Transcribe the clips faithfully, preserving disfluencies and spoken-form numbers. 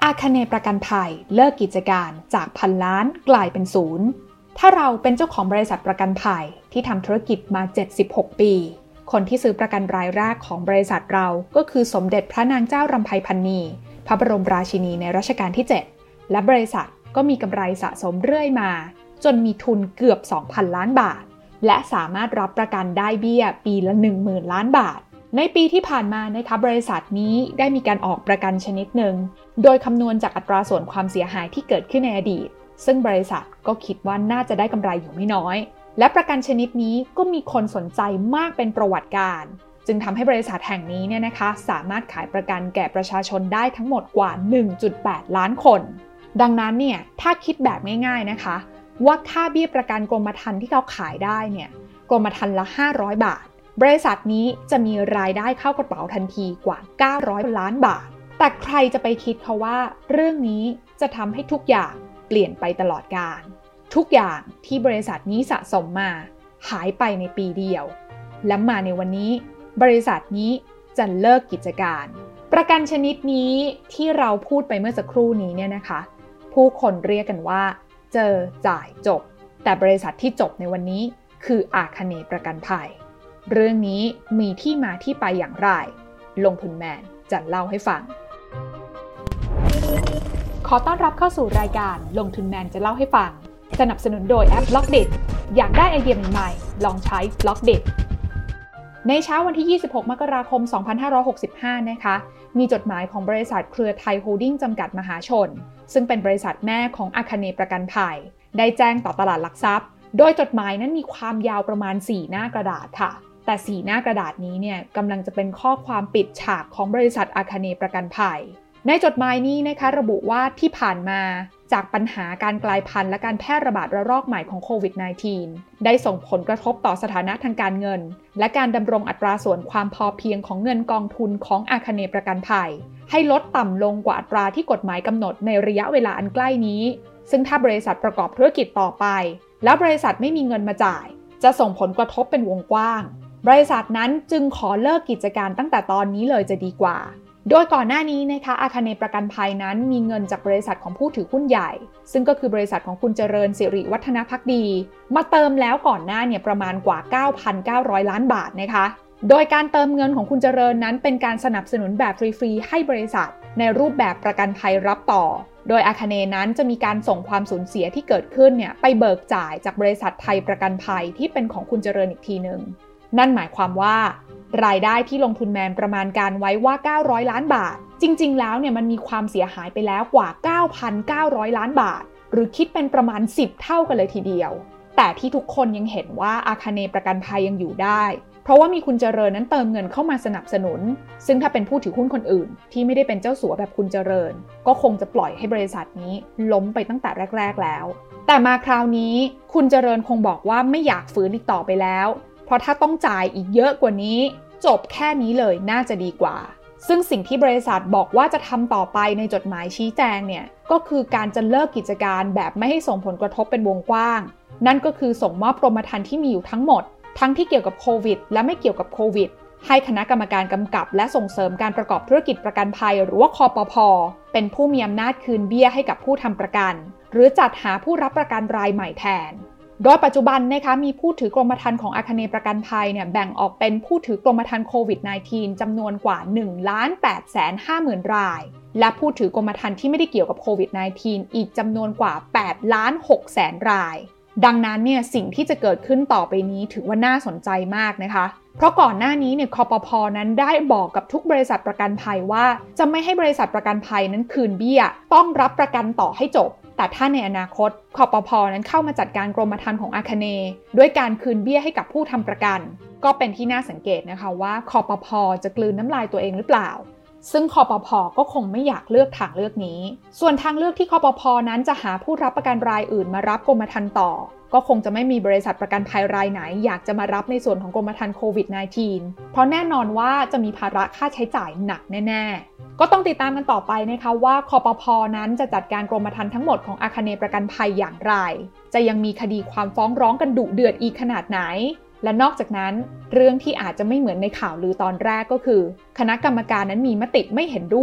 อาคเนย์ประกันภัยเลิกกิจการจากพันล้านกลายเป็นศูนย์ถ้าเราเป็นเจ้าของบริษัทประกันภัยที่ทำธุรกิจมาเจ็ดสิบหกปีคนที่ซื้อประกันรายแรกของบริษัทเราก็คือสมเด็จพระนางเจ้ารำไพพรรณีพระบรมราชินีในรัชกาลที่เจ็ดและบริษัทก็มีกำไรสะสมเรื่อยมาจนมีทุนเกือบ สองพัน ล้านบาทและสามารถรับประกันได้เบี้ยปีละ หนึ่งหมื่น ล้านบาทในปีที่ผ่านมานะคะบริษัทนี้ได้มีการออกประกันชนิดหนึ่งโดยคำนวณจากอัตราส่วนความเสียหายที่เกิดขึ้นในอดีตซึ่งบริษัทก็คิดว่าน่าจะได้กำไรอยู่ไม่น้อยและประกันชนิดนี้ก็มีคนสนใจมากเป็นประวัติการจึงทำให้บริษัทแห่งนี้เนี่ยนะคะสามารถขายประกันแก่ประชาชนได้ทั้งหมดกว่า หนึ่งจุดแปด ล้านคนดังนั้นเนี่ยถ้าคิดแบบง่ายๆนะคะว่าค่าเบี้ยประกันกรมธรรม์ที่เขาขายได้เนี่ยกรมธรรม์ละห้าร้อยบาทบริษัทนี้จะมีรายได้เข้ากระเป๋าทันทีกว่าเก้าร้อยล้านบาทแต่ใครจะไปคิดเขาว่าเรื่องนี้จะทำให้ทุกอย่างเปลี่ยนไปตลอดกาลทุกอย่างที่บริษัทนี้สะสมมาหายไปในปีเดียวและมาในวันนี้บริษัทนี้จะเลิกกิจการประกันชนิดนี้ที่เราพูดไปเมื่อสักครู่นี้เนี่ยนะคะผู้คนเรียกกันว่าเจอจ่ายจบแต่บริษัทที่จบในวันนี้คืออาคเนย์ประกันภัยเรื่องนี้มีที่มาที่ไปอย่างไรลงทุนแมนจะเล่าให้ฟังขอต้อนรับเข้าสู่รายการลงทุนแมนจะเล่าให้ฟังสนับสนุนโดยแอป Blockdit อยากได้ไอเดียใหม่ๆลองใช้ Blockdit ในเช้าวันที่ยี่สิบหกมกราคมสองพันห้าร้อยหกสิบห้านะคะมีจดหมายของบริษัทเครือไทยโฮลดิ้งจำกัดมหาชนซึ่งเป็นบริษัทแม่ของอาคเนย์ประกันภัยได้แจ้งต่อตลาดหลักทรัพย์โดยจดหมายนั้นมีความยาวประมาณสี่หน้ากระดาษค่ะแต่สี่หน้ากระดาษนี้เนี่ยกำลังจะเป็นข้อความปิดฉากของบริษัทอาคเนย์ประกันภัยในจดหมายนี้นะคะระบุว่าที่ผ่านมาจากปัญหาการกลายพันธุ์และการแพร่ระบาดระลอกใหม่ของโควิด สิบเก้า ได้ส่งผลกระทบต่อสถานะทางการเงินและการดำรงอัตราส่วนความพอเพียงของเงินกองทุนของอาคเนย์ประกันภัยให้ลดต่ำลงกว่าอัตราที่กฎหมายกำหนดในระยะเวลาอันใกล้นี้ซึ่งถ้าบริษัทประกอบธุรกิจต่อไปแล้วบริษัทไม่มีเงินมาจ่ายจะส่งผลกระทบเป็นวงกว้างบริษัทนั้นจึงขอเลิกกิจการตั้งแต่ตอนนี้เลยจะดีกว่าโดยก่อนหน้านี้นะคะอาคเนย์ประกันภัยนั้นมีเงินจากบริษัทของผู้ถือหุ้นใหญ่ซึ่งก็คือบริษัทของคุณเจริญสิริวัฒนภักดีมาเติมแล้วก่อนหน้าเนี่ยประมาณกว่า เก้าพันเก้าร้อย ล้านบาทนะคะโดยการเติมเงินของคุณเจริญนั้นเป็นการสนับสนุนแบบฟรีๆให้บริษัทในรูปแบบประกันภัยรับต่อโดยอาคเนย์นั้นจะมีการส่งความสูญเสียที่เกิดขึ้นเนี่ยไปเบิกจ่ายจากบริษัทไทยประกันภัยที่เป็นของคุณเจริญอีกทีนึงนั่นหมายความว่ารายได้ที่ลงทุนแมนประมาณการไว้ว่าเก้าร้อยล้านบาทจริงๆแล้วเนี่ยมันมีความเสียหายไปแล้วกว่า เก้าพันเก้าร้อย ล้านบาทหรือคิดเป็นประมาณสิบเท่ากันเลยทีเดียวแต่ที่ทุกคนยังเห็นว่าอาคเนย์ประกันภัยยังอยู่ได้เพราะว่ามีคุณเจริญนั้นเติมเงินเข้ามาสนับสนุนซึ่งถ้าเป็นผู้ถือหุ้นคนอื่นที่ไม่ได้เป็นเจ้าสัวแบบคุณเจริญก็คงจะปล่อยให้บริษัทนี้ล้มไปตั้งแต่แรกๆแล้วแต่มาคราวนี้คุณเจริญคงบอกว่าไม่อยากฝืนอีกต่อไปแล้วเพราะถ้าต้องจ่ายอีกเยอะกว่านี้จบแค่นี้เลยน่าจะดีกว่าซึ่งสิ่งที่บริษัทบอกว่าจะทำต่อไปในจดหมายชี้แจงเนี่ยก็คือการจะเลิกกิจการแบบไม่ให้ส่งผลกระทบเป็นวงกว้างนั่นก็คือส่งมอบกรมธรรม์ที่มีอยู่ทั้งหมดทั้งที่เกี่ยวกับโควิดและไม่เกี่ยวกับโควิดให้คณะกรรมการกำกับและส่งเสริมการประกอบธุรกิจประกันภัยหรือว่าคปภ.เป็นผู้มีอำนาจคืนเบี้ยให้กับผู้ทำประกันหรือจัดหาผู้รับประกันรายใหม่แทนโดยปัจจุบันนะคะมีผู้ถือกรมธรรม์ของอาคเนย์ประกันภัยเนี่ยแบ่งออกเป็นผู้ถือกรมธรรม์โควิด สิบเก้า จำนวนกว่า หนึ่งล้านแปดแสนห้าหมื่น รายและผู้ถือกรมธรรม์ที่ไม่ได้เกี่ยวกับโควิด สิบเก้า อีกจำนวนกว่า แปดล้านหกแสน รายดังนั้นเนี่ยสิ่งที่จะเกิดขึ้นต่อไปนี้ถือว่าน่าสนใจมากนะคะเพราะก่อนหน้านี้เนี่ยคปภ.นั้นได้บอกกับทุกบริษัทประกันภัยว่าจะไม่ให้บริษัทประกันภัยนั้นคืนเบี้ยต้องรับประกันต่อให้จบแต่ถ้าในอนาคตคปภ.นั้นเข้ามาจัดการกรมธรรม์ของอาคเนย์ด้วยการคืนเบี้ยให้กับผู้ทำประกันก็เป็นที่น่าสังเกตนะคะว่าคปภ.จะกลืนน้ำลายตัวเองหรือเปล่าซึ่งคปภ.ก็คงไม่อยากเลือกทางเลือกนี้ส่วนทางเลือกที่คปภ.นั้นจะหาผู้รับประกันรายอื่นมารับกรมธรรม์ต่อก็คงจะไม่มีบริษัทประกันภัยรายไหนอยากจะมารับในส่วนของกรมธรรม์โควิด สิบเก้า เพราะแน่นอนว่าจะมีภาระค่าใช้จ่ายหนักแน่ๆก็ต้องติดตามกันต่อไปนะคะว่าคปภ.นั้นจะจัดการกรมธรรม์ทั้งหมดของอาคเนย์ประกันภัยอย่างไรจะยังมีคดีความฟ้องร้องกันดุเดือดอีกขนาดไหนและนอกจากนั้นเรื่องที่อาจจะไม่เหมือนในข่าวลือตอนแรกก็คือคณะกรรมการนั้นมีมติไม่เห็นด้วย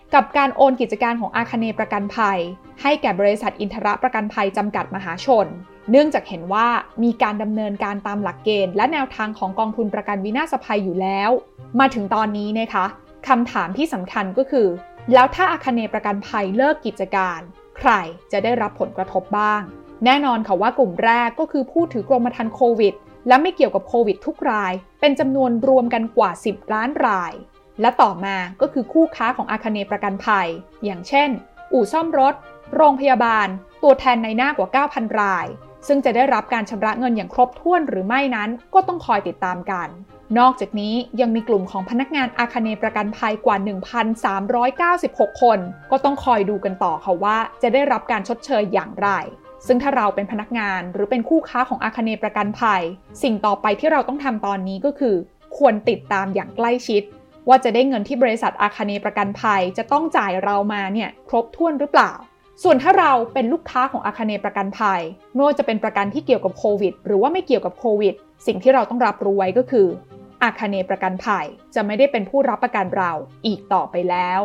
กับการโอนกิจการของอาคเนย์ประกันภัยให้แก่บริษัทอินทระประกันภัยจำกัดมหาชนเนื่องจากเห็นว่ามีการดำเนินการตามหลักเกณฑ์และแนวทางของกองทุนประกันวินาศภัยอยู่แล้วมาถึงตอนนี้นะคะคำถามที่สำคัญก็คือแล้วถ้าอาคเนย์ประกันภัยเลิกกิจการใครจะได้รับผลกระทบบ้างแน่นอนค่ะว่ากลุ่มแรกก็คือผู้ถือกรมธรรม์โควิดและไม่เกี่ยวกับโควิดทุกรายเป็นจำนวนรวมกันกว่าสิบล้านรายและต่อมาก็คือคู่ค้าของอาคเนย์ประกันภัยอย่างเช่นอู่ซ่อมรถโรงพยาบาลตัวแทนในหน้ากว่า เก้าพัน รายซึ่งจะได้รับการชำระเงินอย่างครบถ้วนหรือไม่นั้นก็ต้องคอยติดตามกันนอกจากนี้ยังมีกลุ่มของพนักงานอาคเนย์ประกันภัยกว่า หนึ่งพันสามร้อยเก้าสิบหก คนก็ต้องคอยดูกันต่อค่ะว่าจะได้รับการชดเชยอย่างไรซึ่งถ้าเราเป็นพนักงานหรือเป็นคู่ค้าของอาคเนย์ประกันภัยสิ่งต่อไปที่เราต้องทำตอนนี้ก็คือควรติดตามอย่างใกล้ชิดว่าจะได้เงินที่บริษัทอาคเนย์ประกันภัยจะต้องจ่ายเรามาเนี่ยครบถ้วนหรือเปล่าส่วนถ้าเราเป็นลูกค้าของอาคเนย์ประกันภัยไม่ว่าจะเป็นประกันที่เกี่ยวกับโควิดหรือว่าไม่เกี่ยวกับโควิดสิ่งที่เราต้องรับรู้ไว้ก็คืออาคเนย์ประกันภัยจะไม่ได้เป็นผู้รับประกันเราอีกต่อไปแล้ว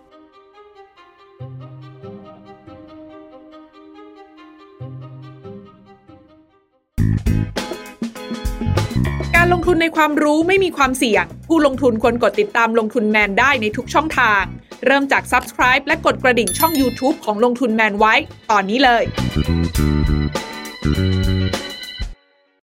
การลงทุนในความรู้ไม่มีความเสี่ยงผู้ลงทุนควรกดติดตามลงทุนแมนได้ในทุกช่องทางเริ่มจาก Subscribe และกดกระดิ่งช่อง YouTube ของลงทุนแมนไว้ตอนนี้เลย